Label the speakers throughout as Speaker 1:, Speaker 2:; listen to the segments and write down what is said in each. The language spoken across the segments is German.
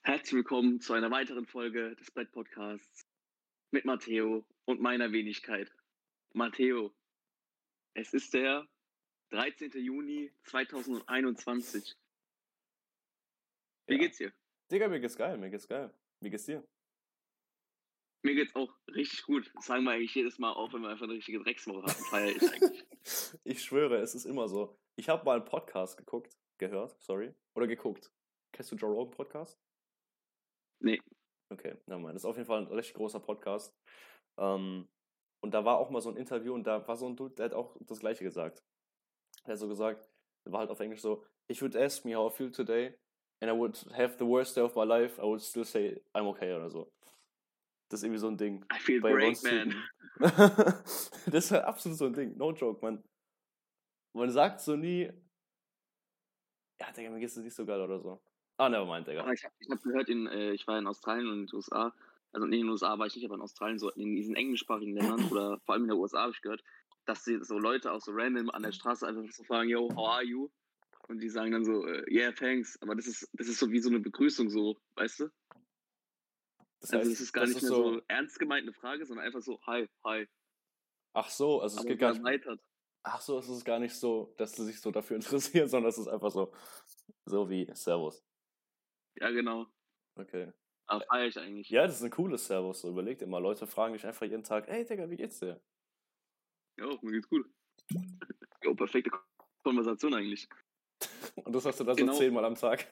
Speaker 1: Herzlich willkommen zu einer weiteren Folge des Brett-Podcasts mit Matteo und meiner Wenigkeit. Matteo, es ist der 13. Juni 2021. Wie
Speaker 2: Ja.
Speaker 1: geht's dir?
Speaker 2: Digga, mir geht's geil. Wie geht's dir?
Speaker 1: Mir geht's auch richtig gut. Das sagen wir eigentlich jedes Mal, auch wenn wir einfach eine richtige Dreckswoche hatten. Feier ich eigentlich.
Speaker 2: Ich schwöre, es ist immer so. Ich habe mal einen Podcast gehört, sorry. Oder geguckt. Kennst du Joe Rogan Podcast?
Speaker 1: Nee,
Speaker 2: Okay, nevermind. Das ist auf jeden Fall ein recht großer Podcast. Und da war auch mal so ein Interview und da war so ein Dude, der hat auch das Gleiche gesagt. Der hat so gesagt, der war halt auf Englisch so, if you'd ask me how I feel today and I would have the worst day of my life, I would still say I'm okay oder so. Das ist irgendwie so ein Ding.
Speaker 1: I feel
Speaker 2: Bei
Speaker 1: great,
Speaker 2: uns
Speaker 1: man.
Speaker 2: Typen. Das ist halt absolut so ein Ding. No joke, man. Man sagt so nie, ja, Digga, mir geht's nicht so geil oder so. Ah, nevermind, Digga.
Speaker 1: Aber ich hab gehört, ich war in Australien und in den USA, also nee, in den USA war ich nicht, aber in Australien, so in diesen englischsprachigen Ländern oder vor allem in den USA habe ich gehört, dass sie so Leute auch so random an der Straße einfach so fragen, yo, how are you? Und die sagen dann so, yeah, thanks. Aber das ist so wie so eine Begrüßung, so, weißt du?
Speaker 2: Das
Speaker 1: Also das
Speaker 2: heißt,
Speaker 1: ist gar
Speaker 2: das
Speaker 1: nicht
Speaker 2: ist
Speaker 1: mehr so
Speaker 2: so,
Speaker 1: ernst gemeint eine Frage, sondern einfach so, hi, hi.
Speaker 2: ach so, also es
Speaker 1: Aber
Speaker 2: geht
Speaker 1: so
Speaker 2: gar nicht,
Speaker 1: erweitert.
Speaker 2: ach so, es ist gar nicht so, dass sie sich so dafür interessieren, sondern es ist einfach so wie Servus.
Speaker 1: Ja, genau.
Speaker 2: Okay.
Speaker 1: Aber feiere ich eigentlich.
Speaker 2: Ja, das ist ein cooles Servus, so überleg dir mal. Leute fragen dich einfach jeden Tag, ey, Digga, wie geht's dir?
Speaker 1: Jo, mir geht's gut. Jo, perfekte Konversation eigentlich.
Speaker 2: Und das hast du dann so
Speaker 1: Genau.
Speaker 2: 10-mal am Tag.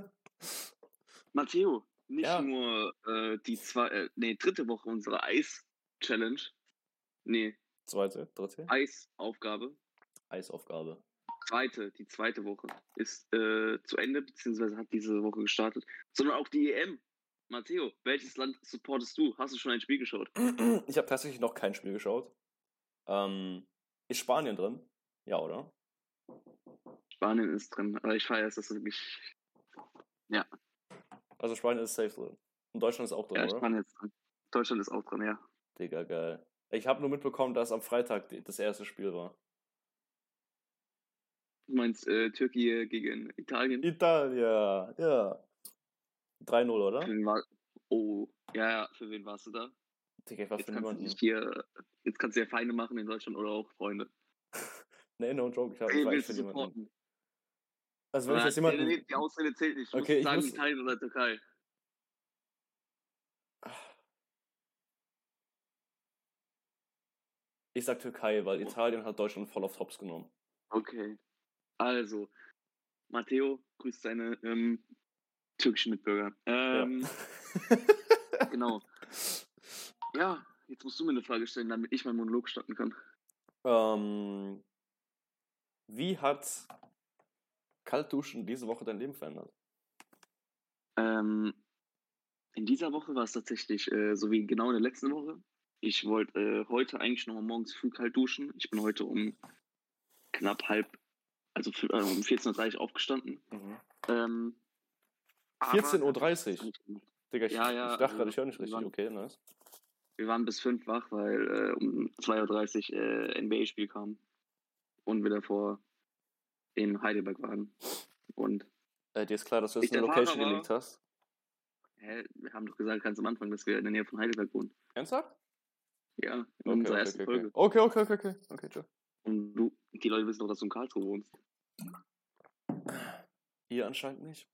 Speaker 1: Matteo, nicht
Speaker 2: Ja,
Speaker 1: nur dritte Woche unserer Eis-Challenge. Nee,
Speaker 2: zweite, dritte,
Speaker 1: Eisaufgabe.
Speaker 2: Eisaufgabe.
Speaker 1: Die zweite Woche ist zu Ende, beziehungsweise hat diese Woche gestartet. Sondern auch die EM. Matteo, welches Land supportest du? Hast du schon ein Spiel geschaut?
Speaker 2: Ich habe tatsächlich noch kein Spiel geschaut. Ist Spanien drin? Ja, oder?
Speaker 1: Spanien ist drin, aber ich feiere es, dass es wirklich. Ja,
Speaker 2: Also Spanien ist safe drin. Und Deutschland ist auch drin,
Speaker 1: ja,
Speaker 2: oder?
Speaker 1: Spanien ist drin. Deutschland ist auch drin, ja.
Speaker 2: Digga, geil. Ich habe nur mitbekommen, dass am Freitag das erste Spiel war.
Speaker 1: Du meinst Türkei gegen Italien?
Speaker 2: Italia, ja. 3-0,
Speaker 1: Für
Speaker 2: oder?
Speaker 1: wen war. Oh, ja, ja, für wen warst du da?
Speaker 2: Digga, ich war
Speaker 1: Jetzt
Speaker 2: für
Speaker 1: kannst du dich
Speaker 2: niemanden.
Speaker 1: hier, jetzt kannst du ja Feinde machen in Deutschland oder auch Freunde.
Speaker 2: Nee, no joke, ich
Speaker 1: Wen
Speaker 2: war echt
Speaker 1: willst
Speaker 2: für
Speaker 1: du
Speaker 2: niemanden.
Speaker 1: supporten?
Speaker 2: Also wenn ich jetzt jemanden.
Speaker 1: Die Ausrede zählt nicht. Du
Speaker 2: Okay,
Speaker 1: musst
Speaker 2: ich
Speaker 1: sagen
Speaker 2: muss.
Speaker 1: Italien oder Türkei.
Speaker 2: Ich sag Türkei, weil Italien hat Deutschland voll auf Tops genommen.
Speaker 1: Okay. Also, Matteo grüßt seine türkischen Mitbürger.
Speaker 2: Ja.
Speaker 1: Genau. Ja, jetzt musst du mir eine Frage stellen, damit ich meinen Monolog starten kann.
Speaker 2: Wie hat Kaltduschen diese Woche dein Leben verändert?
Speaker 1: Ähm, in dieser Woche war es tatsächlich so wie genau in der letzten Woche. Ich wollte heute eigentlich noch mal morgens früh kalt duschen. Ich bin heute um knapp um 14:30 Uhr aufgestanden.
Speaker 2: Mhm.
Speaker 1: Aber
Speaker 2: 14:30 Uhr. Digga,
Speaker 1: ja,
Speaker 2: ich
Speaker 1: ja,
Speaker 2: dachte
Speaker 1: also
Speaker 2: gerade, ich höre nicht richtig. Okay, nice.
Speaker 1: wir waren bis 5 wach, weil um 2:30 Uhr NBA-Spiel kam und wir davor in Heidelberg waren. Und
Speaker 2: Dir ist klar, dass du
Speaker 1: ich
Speaker 2: jetzt eine
Speaker 1: der Fahrer
Speaker 2: Location
Speaker 1: war,
Speaker 2: geleakt hast?
Speaker 1: wir haben doch gesagt ganz am Anfang, dass wir in der Nähe von Heidelberg wohnen.
Speaker 2: Ernsthaft?
Speaker 1: Ja, in
Speaker 2: Okay,
Speaker 1: unserer
Speaker 2: okay,
Speaker 1: ersten
Speaker 2: okay, okay.
Speaker 1: Folge.
Speaker 2: Okay, chill.
Speaker 1: Und die Leute wissen doch, dass du in Karlsruhe wohnst.
Speaker 2: Ihr anscheinend nicht.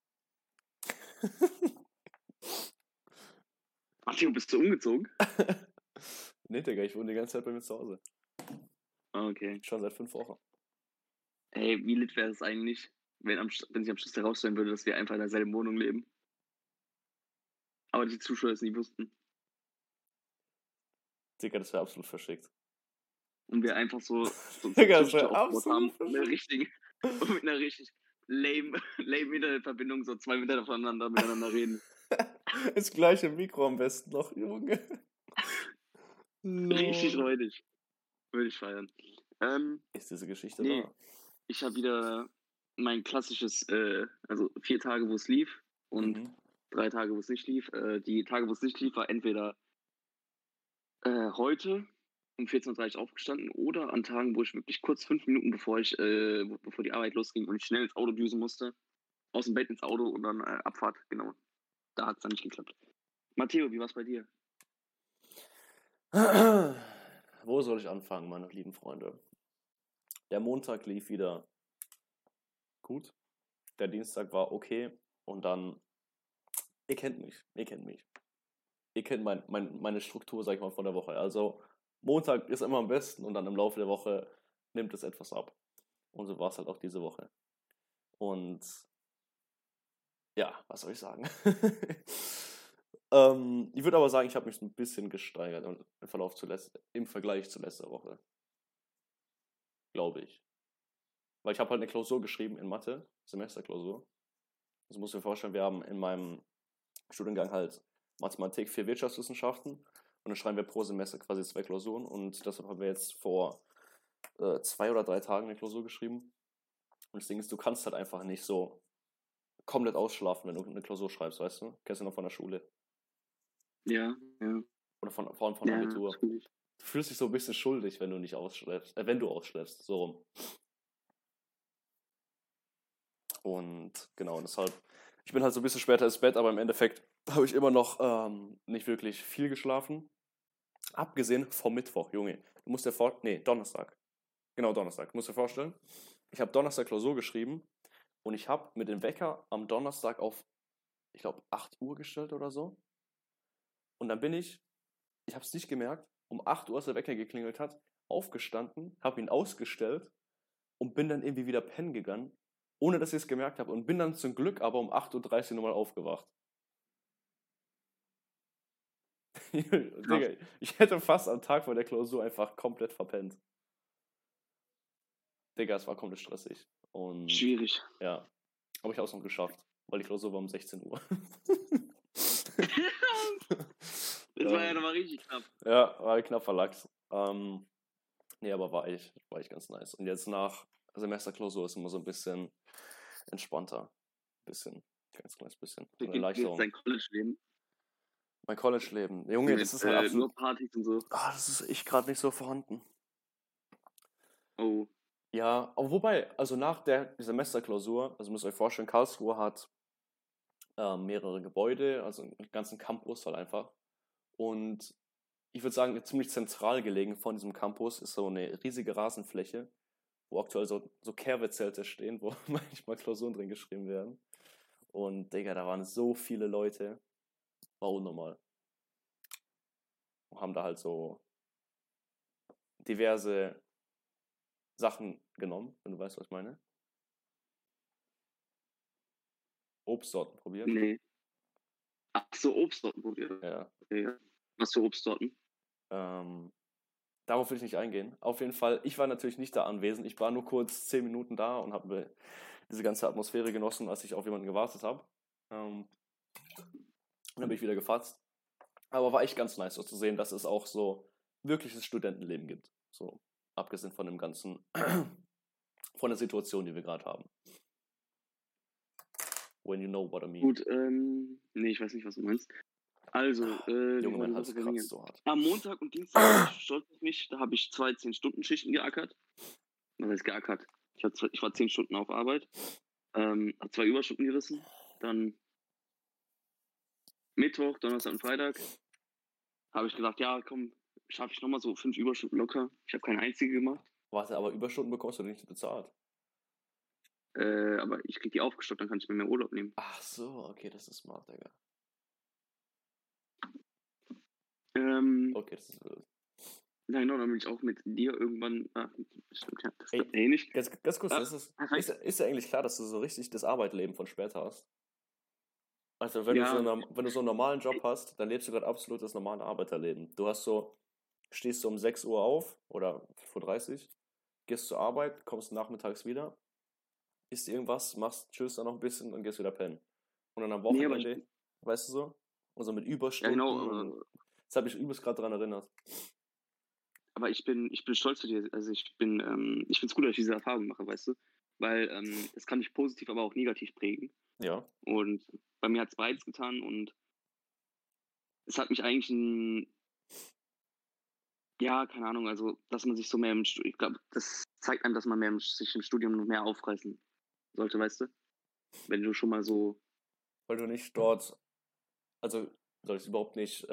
Speaker 1: Matteo, bist du umgezogen?
Speaker 2: Nee, Digga, ich wohne die ganze Zeit bei mir zu Hause.
Speaker 1: Okay.
Speaker 2: Schon seit 5 Wochen.
Speaker 1: Hey, wie lit wäre es eigentlich, wenn sich am Schluss herausstellen würde, dass wir einfach in derselben Wohnung leben? Aber die Zuschauer es nie wussten.
Speaker 2: Digga, das wäre absolut verschickt.
Speaker 1: Und wir einfach so eine
Speaker 2: Digga, das
Speaker 1: Zwischentür
Speaker 2: wäre
Speaker 1: aufgebaut haben
Speaker 2: absolut
Speaker 1: und
Speaker 2: verschickt.
Speaker 1: mit einer richtig lame Internetverbindung so 2 Meter voneinander miteinander reden.
Speaker 2: Das gleiche Mikro am besten noch, Junge.
Speaker 1: Richtig
Speaker 2: Lol.
Speaker 1: räudig. Würde ich feiern.
Speaker 2: Ist diese Geschichte
Speaker 1: Nee,
Speaker 2: wahr?
Speaker 1: ich habe wieder mein klassisches, also 4 Tage, wo es lief und
Speaker 2: Mhm.
Speaker 1: 3 Tage, wo es nicht lief. Die Tage, wo es nicht lief, war entweder heute um 14:30 Uhr aufgestanden oder an Tagen, wo ich wirklich kurz 5 Minuten bevor die Arbeit losging und ich schnell ins Auto düsen musste, aus dem Bett ins Auto und dann Abfahrt, genau. da hat es dann nicht geklappt. Matteo, wie war es bei dir?
Speaker 2: Wo soll ich anfangen, meine lieben Freunde? Der Montag lief wieder gut. Der Dienstag war okay. Und dann, ihr kennt mich. Ihr kennt meine Struktur, sag ich mal, von der Woche. Also Montag ist immer am besten und dann im Laufe der Woche nimmt es etwas ab. Und so war es halt auch diese Woche. Und ja, was soll ich sagen? Ich würde aber sagen, ich habe mich ein bisschen gesteigert im Vergleich zu letzter Woche. Glaube ich. Weil ich habe halt eine Klausur geschrieben in Mathe, Semesterklausur. Das musst du dir vorstellen, wir haben in meinem Studiengang halt Mathematik für Wirtschaftswissenschaften und dann schreiben wir pro Semester quasi 2 Klausuren und deshalb haben wir jetzt vor 2 oder 3 Tagen eine Klausur geschrieben. Und das Ding ist, du kannst halt einfach nicht so komplett ausschlafen, wenn du eine Klausur schreibst, weißt du? Kennst du noch von der Schule?
Speaker 1: Ja.
Speaker 2: Oder vor allem von
Speaker 1: Ja,
Speaker 2: Abitur.
Speaker 1: ist gut.
Speaker 2: Du fühlst dich so ein bisschen schuldig, wenn du nicht ausschläfst, wenn du ausschläfst, so rum. Und genau, deshalb, ich bin halt so ein bisschen später ins Bett, aber im Endeffekt habe ich immer noch nicht wirklich viel geschlafen. Abgesehen vom Mittwoch, Junge. Du musst dir Donnerstag. Genau, Donnerstag. Du musst dir vorstellen, ich habe Donnerstag Klausur geschrieben und ich habe mit dem Wecker am Donnerstag auf, ich glaube, 8 Uhr gestellt oder so. Und dann bin ich habe es nicht gemerkt, um 8 Uhr, als der Wecker geklingelt hat, aufgestanden, habe ihn ausgestellt und bin dann irgendwie wieder pennen gegangen, ohne dass ich es gemerkt habe. Und bin dann zum Glück aber um 8:30 Uhr nochmal aufgewacht. Digga, ich hätte fast am Tag vor der Klausur einfach komplett verpennt. Digga, es war komplett stressig. Und
Speaker 1: Schwierig.
Speaker 2: ja, aber ich habe es noch geschafft, weil die Klausur war um 16 Uhr.
Speaker 1: Das war ja nochmal richtig knapp.
Speaker 2: Ja, war ein knapper Lachs. Nee, aber war echt ganz nice. Und jetzt nach Semesterklausur ist immer so ein bisschen entspannter. Ganz kleines bisschen. So eine
Speaker 1: Wie ist
Speaker 2: Erleichterung.
Speaker 1: dein College-Leben?
Speaker 2: Mein College-Leben. Junge, das ist halt absolut.
Speaker 1: Nur Partys und so.
Speaker 2: Das ist echt gerade nicht so vorhanden.
Speaker 1: Oh.
Speaker 2: Ja, aber wobei, also nach der Semesterklausur, also müsst ihr euch vorstellen, Karlsruhe hat mehrere Gebäude, also einen ganzen Campus halt einfach. Und ich würde sagen, ziemlich zentral gelegen von diesem Campus ist so eine riesige Rasenfläche, wo aktuell so Kehrwehrzelte stehen, wo manchmal Klausuren drin geschrieben werden. Und Digga, da waren so viele Leute. War unnormal. Und haben da halt so diverse Sachen genommen, wenn du weißt, was ich meine. Obstsorten probiert.
Speaker 1: Nee. Ach so, Obstsorten probiert.
Speaker 2: Ja.
Speaker 1: Okay. Was für Obstsorten?
Speaker 2: Darauf will ich nicht eingehen. Auf jeden Fall, ich war natürlich nicht da anwesend. Ich war nur kurz 10 Minuten da und habe diese ganze Atmosphäre genossen, als ich auf jemanden gewartet habe. Und dann bin ich wieder gefatzt. Aber war echt ganz nice, so zu sehen, dass es auch so wirkliches Studentenleben gibt. So, abgesehen von dem ganzen, von der Situation, die wir gerade haben. When you know what I mean.
Speaker 1: Gut, nee, ich weiß nicht, was du meinst. Also,
Speaker 2: Junge, mein Hals kratzt so hart.
Speaker 1: am Montag und Dienstag war ich stolz auf mich. Da habe ich 2 10-Stunden-Schichten geackert. Was heißt geackert? Ich war 10 Stunden auf Arbeit. Habe 2 Überstunden gerissen. Dann Mittwoch, Donnerstag und Freitag habe ich gesagt, ja, komm, schaffe ich nochmal so 5 Überstunden locker. Ich habe keine einzige gemacht.
Speaker 2: Warte, aber Überstunden bekommst du nicht bezahlt.
Speaker 1: Aber ich kriege die aufgestockt, dann kann ich mir mehr Urlaub nehmen.
Speaker 2: Ach so, okay, das ist smart, Digga. Okay, das ist wild.
Speaker 1: Nein, dann will ich auch mit dir irgendwann. Stimmt, ja, das
Speaker 2: Ey,
Speaker 1: ist ähnlich.
Speaker 2: Ganz kurz, ist ja eigentlich klar, dass du so richtig das Arbeitsleben von später hast. Also wenn du so einen normalen Job hast, dann lebst du gerade absolut das normale Arbeiterleben. Stehst du um 6 Uhr auf oder 5:30 Uhr, gehst zur Arbeit, kommst nachmittags wieder, isst irgendwas, chillst dann noch ein bisschen und gehst wieder pennen. Und dann am Wochenende, weißt du so? Also mit Überstunden.
Speaker 1: Ja, genau.
Speaker 2: Das hat mich übelst gerade daran erinnert.
Speaker 1: Aber ich bin stolz auf dir. Also ich finde es gut, dass ich diese Erfahrung mache, weißt du? Weil es kann mich positiv, aber auch negativ prägen.
Speaker 2: Ja.
Speaker 1: Und bei mir hat es beides getan und es hat mich eigentlich ja, keine Ahnung, also dass man sich so mehr ich glaube, das zeigt einem, dass man sich im Studium noch mehr aufreißen sollte, weißt du? Wenn du schon mal so.
Speaker 2: Weil du nicht dort also soll es überhaupt nicht,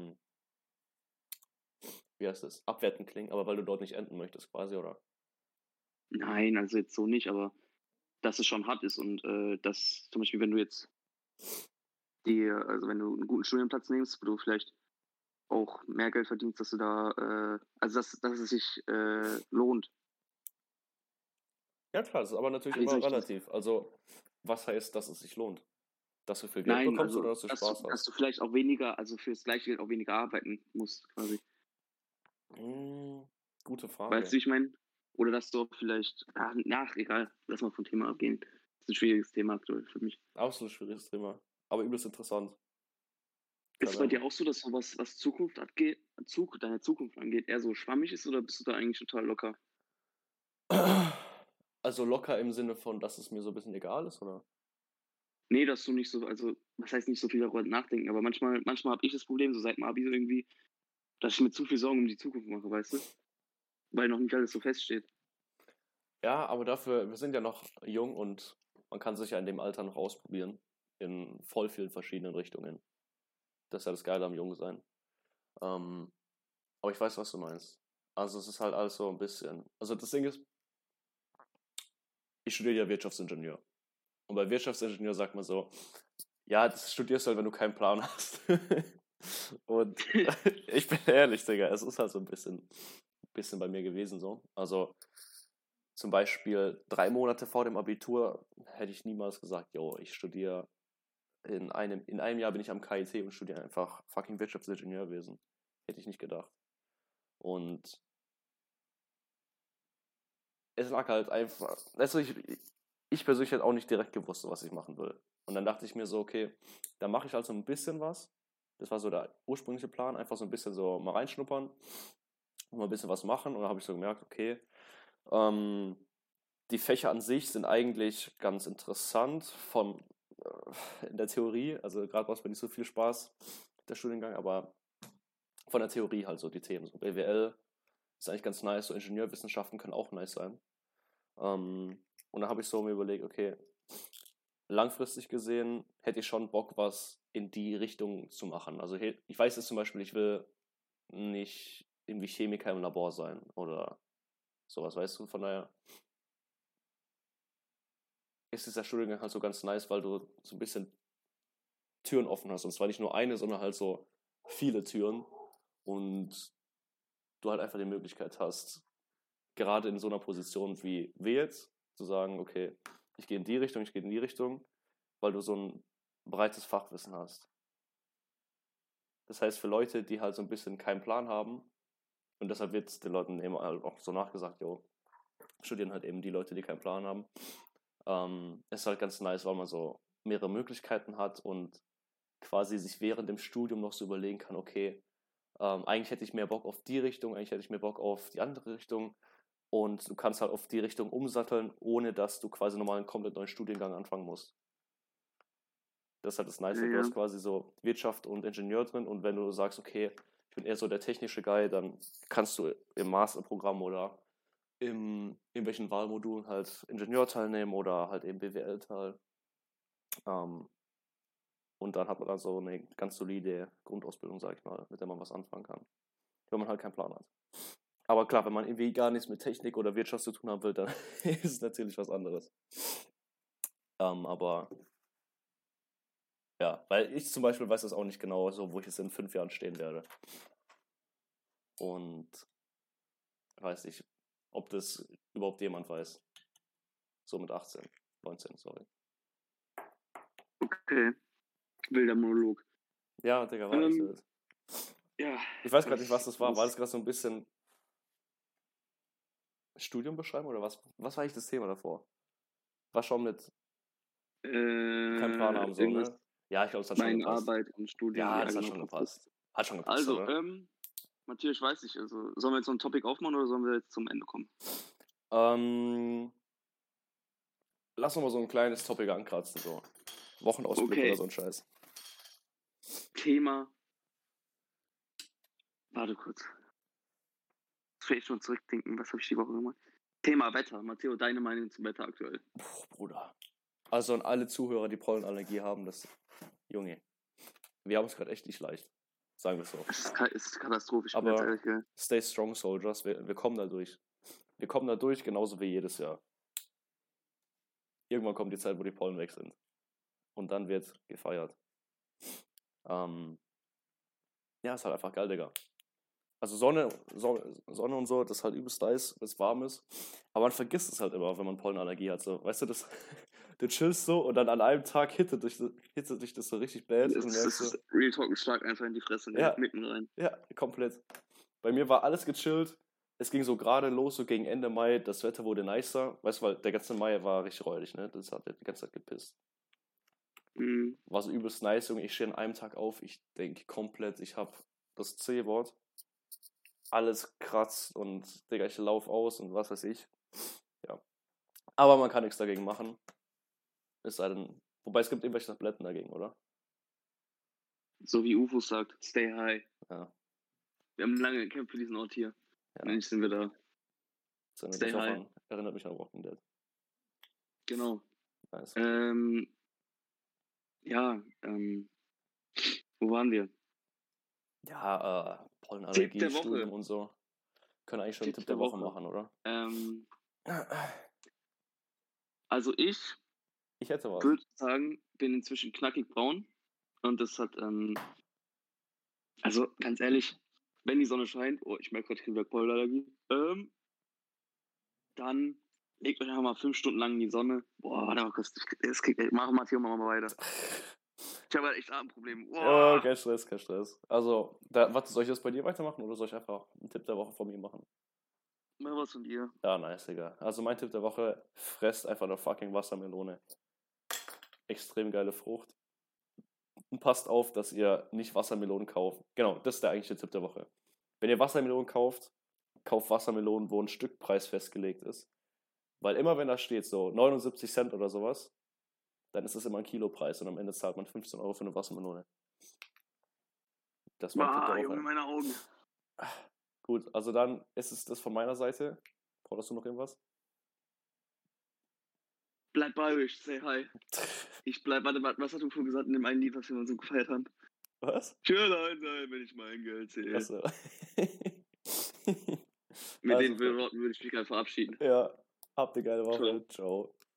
Speaker 2: wie heißt es, abwertend klingen, aber weil du dort nicht enden möchtest quasi, oder?
Speaker 1: Nein, also jetzt so nicht, aber dass es schon hart ist und dass zum Beispiel, wenn du jetzt also wenn du einen guten Studienplatz nimmst, wo du vielleicht auch mehr Geld verdienst, dass du da, also dass es sich lohnt.
Speaker 2: Ja klar, das ist aber natürlich
Speaker 1: Wie soll
Speaker 2: immer
Speaker 1: ich das?
Speaker 2: relativ. Also, was heißt, dass es sich lohnt? Dass du viel Geld
Speaker 1: Nein,
Speaker 2: bekommst oder
Speaker 1: also
Speaker 2: dass du Spaß
Speaker 1: dass
Speaker 2: hast?
Speaker 1: du vielleicht auch weniger, also für das gleiche Geld auch weniger arbeiten musst, quasi.
Speaker 2: Hm, gute
Speaker 1: Weißt
Speaker 2: Frage.
Speaker 1: du, wie ich meine? Oder dass du auch vielleicht, egal, lass mal vom Thema abgehen. Das ist ein schwieriges Thema aktuell für mich.
Speaker 2: Absolut schwieriges Thema. Aber übelst interessant.
Speaker 1: Ist es
Speaker 2: Keine
Speaker 1: bei dir
Speaker 2: Ahnung.
Speaker 1: auch so, dass sowas, was Zukunft angeht, deine Zukunft angeht, eher so schwammig ist oder bist du da eigentlich total locker?
Speaker 2: Also locker im Sinne von, dass es mir so ein bisschen egal ist, oder?
Speaker 1: Nee, dass du nicht so, also was heißt nicht so viel darüber nachdenken, aber manchmal habe ich das Problem, so seit dem Abi so irgendwie, dass ich mir zu viel Sorgen um die Zukunft mache, weißt du? Weil noch nicht alles so feststeht.
Speaker 2: Ja, aber dafür, wir sind ja noch jung und man kann sich ja in dem Alter noch ausprobieren. In voll vielen verschiedenen Richtungen. Das ist ja das Geile am Jungsein. Ähm, aber ich weiß, was du meinst. Also es ist halt alles so ein bisschen. Also das Ding ist, ich studiere ja Wirtschaftsingenieur. Und bei Wirtschaftsingenieur sagt man so, ja, das studierst du halt, wenn du keinen Plan hast. Und ich bin ehrlich, Digga, es ist halt so ein bisschen bei mir gewesen so. Also zum Beispiel 3 Monate vor dem Abitur hätte ich niemals gesagt, yo, ich studiere in einem Jahr bin ich am KIT und studiere einfach fucking Wirtschaftsingenieurwesen. Hätte ich nicht gedacht. Und es lag halt einfach, also ich persönlich hätte auch nicht direkt gewusst, was ich machen will. Und dann dachte ich mir so, okay, dann mache ich halt so ein bisschen was. Das war so der ursprüngliche Plan, einfach so ein bisschen so mal reinschnuppern und mal ein bisschen was machen. Und dann habe ich so gemerkt, okay, ähm, die Fächer an sich sind eigentlich ganz interessant in der Theorie. Also gerade macht es mir nicht so viel Spaß, der Studiengang, aber von der Theorie halt so die Themen. So BWL ist eigentlich ganz nice, so Ingenieurwissenschaften können auch nice sein. Und da habe ich so mir überlegt, okay, langfristig gesehen hätte ich schon Bock, was in die Richtung zu machen. Also ich weiß jetzt zum Beispiel, ich will nicht irgendwie Chemiker im Labor sein oder sowas, weißt du? Von daher ist dieser Studiengang halt so ganz nice, weil du so ein bisschen Türen offen hast. Und zwar nicht nur eine, sondern halt so viele Türen. Und du halt einfach die Möglichkeit hast, gerade in so einer Position wie wir jetzt, zu sagen, okay, ich gehe in die Richtung, ich gehe in die Richtung, weil du so ein breites Fachwissen hast. Das heißt, für Leute, die halt so ein bisschen keinen Plan haben, und deshalb wird es den Leuten eben auch so nachgesagt, jo, studieren halt eben die Leute, die keinen Plan haben. Ist halt ganz nice, weil man so mehrere Möglichkeiten hat und quasi sich während dem Studium noch so überlegen kann, okay, eigentlich hätte ich mehr Bock auf die Richtung, eigentlich hätte ich mehr Bock auf die andere Richtung. Und du kannst halt auf die Richtung umsatteln, ohne dass du quasi nochmal einen komplett neuen Studiengang anfangen musst. Das ist halt das
Speaker 1: Ja,
Speaker 2: Nice. Du
Speaker 1: ja.
Speaker 2: hast quasi so Wirtschaft und Ingenieur drin und wenn du sagst, okay, ich bin eher so der technische Guy, dann kannst du im Masterprogramm oder in irgendwelchen Wahlmodulen halt Ingenieur teilnehmen oder halt eben BWL-Teil. Ähm, und dann hat man dann so eine ganz solide Grundausbildung, sag ich mal, mit der man was anfangen kann, wenn man halt keinen Plan hat. Aber klar, wenn man irgendwie gar nichts mit Technik oder Wirtschaft zu tun haben will, dann ist es natürlich was anderes. Aber ja, weil ich zum Beispiel weiß das auch nicht genau, so wo ich jetzt in 5 Jahren stehen werde. Und weiß nicht, ob das überhaupt jemand weiß. So mit 18, 19, sorry.
Speaker 1: Okay, wilder Monolog.
Speaker 2: Ja, Digga, war echt
Speaker 1: Ähm,
Speaker 2: wild.
Speaker 1: ja,
Speaker 2: Ich weiß gerade nicht, was das war. War das
Speaker 1: was,
Speaker 2: gerade so ein bisschen Studium beschreiben oder was? Was war eigentlich das Thema davor? War schon mit kein Plan haben, so,
Speaker 1: irgendwas,
Speaker 2: ne? Ja, ich glaube, es hat schon
Speaker 1: meine
Speaker 2: gepasst.
Speaker 1: Arbeit und Studium,
Speaker 2: Ja,
Speaker 1: ja
Speaker 2: das hat
Speaker 1: genau,
Speaker 2: schon
Speaker 1: passt das.
Speaker 2: gepasst. Hat schon gepasst,
Speaker 1: Also,
Speaker 2: oder?
Speaker 1: Matthias, ich weiß nicht, also sollen wir jetzt so ein Topic aufmachen oder sollen wir jetzt zum Ende kommen?
Speaker 2: Ähm, lass uns mal so ein kleines Topic ankratzen, so. Wochenausblick oder
Speaker 1: Okay,
Speaker 2: so ein Scheiß.
Speaker 1: Thema, warte kurz, ich will echt schon zurückdenken, was habe ich die Woche gemacht? Thema Wetter. Matteo, deine Meinung zum Wetter aktuell?
Speaker 2: Puh, Bruder. Also an alle Zuhörer, die Pollenallergie haben, das. Junge. wir haben es gerade echt nicht leicht. Sagen wir es so.
Speaker 1: Es ist katastrophisch, ich bin jetzt
Speaker 2: Aber
Speaker 1: ehrlich, gell.
Speaker 2: stay strong, Soldiers. Wir kommen da durch. Wir kommen da durch, genauso wie jedes Jahr. Irgendwann kommt die Zeit, wo die Pollen weg sind. Und dann wird gefeiert. Ja, ist halt einfach geil, Digga. Also Sonne und so, das ist halt übelst nice, wenn es warm ist. Aber man vergisst es halt immer, wenn man Pollenallergie hat. So, weißt du, du chillst so und dann an einem Tag hittet dich das so richtig bad.
Speaker 1: Es
Speaker 2: Und merkst so,
Speaker 1: ist Real Talk, ein Schlag einfach in die Fresse,
Speaker 2: Ja.
Speaker 1: mitten rein.
Speaker 2: ja, komplett. Bei mir war alles gechillt. Es ging so gerade los, so gegen Ende Mai. Das Wetter wurde nicer. Weißt du, weil der ganze Mai war richtig räudig, ne? Das hat die ganze Zeit gepisst.
Speaker 1: Mhm.
Speaker 2: War so übelst nice, Junge. Ich stehe an einem Tag auf. Ich denke komplett, ich habe das C-Wort. Alles kratzt und, Digga, ich lauf aus und was weiß ich. Ja. Aber man kann nichts dagegen machen. Es sei denn, wobei es gibt irgendwelche Tabletten dagegen, oder?
Speaker 1: So wie UFO sagt, stay high.
Speaker 2: Ja.
Speaker 1: Wir haben lange gekämpft für diesen Ort hier.
Speaker 2: Ja.
Speaker 1: Und jetzt sind wir da.
Speaker 2: Das
Speaker 1: Stay high.
Speaker 2: Erinnert mich an Walking Dead.
Speaker 1: Genau.
Speaker 2: Nice.
Speaker 1: Ja, wo waren wir?
Speaker 2: Ja,
Speaker 1: Tipp
Speaker 2: Pollenallergie,
Speaker 1: der Woche.
Speaker 2: Studium und so. Können eigentlich schon einen Tipp der Woche machen, oder?
Speaker 1: Also ich
Speaker 2: Ich hätte was.
Speaker 1: würde sagen, bin inzwischen knackig braun. Und das hat, also ganz ehrlich, wenn die Sonne scheint, oh, ich merke gerade, ich kriege wieder Pollenallergie, dann legt euch einfach mal 5 Stunden lang in die Sonne. Boah, machen wir hier mal weiter. Ich habe halt echt Atemprobleme.
Speaker 2: Ja, kein Stress. Also, warte, soll ich das bei dir weitermachen oder soll ich einfach einen Tipp der Woche von mir machen?
Speaker 1: Mach was von dir.
Speaker 2: Ja, nice, Digga. Also mein Tipp der Woche, fresst einfach eine fucking Wassermelone. Extrem geile Frucht. Und passt auf, dass ihr nicht Wassermelonen kauft. Genau, das ist der eigentliche Tipp der Woche. Wenn ihr Wassermelonen kauft Wassermelonen, wo ein Stückpreis festgelegt ist. Weil immer wenn da steht so 79 Cent oder sowas, dann ist es immer ein Kilopreis und am Ende zahlt man 15 Euro für eine Wassermelone. Das war mein Tipp der Woche.
Speaker 1: Junge, meine Augen.
Speaker 2: Gut, also dann ist es das von meiner Seite. Brauchst du noch irgendwas?
Speaker 1: Bleib bei euch, say hi. Warte, was hast du vorhin gesagt in dem einen Lied, was wir mal so gefeiert haben?
Speaker 2: Was?
Speaker 1: Schön sein, wenn ich mein Geld sehe.
Speaker 2: Achso.
Speaker 1: Mit den Worten würde ich mich gerne verabschieden.
Speaker 2: Ja, habt eine geile Woche. Ciao.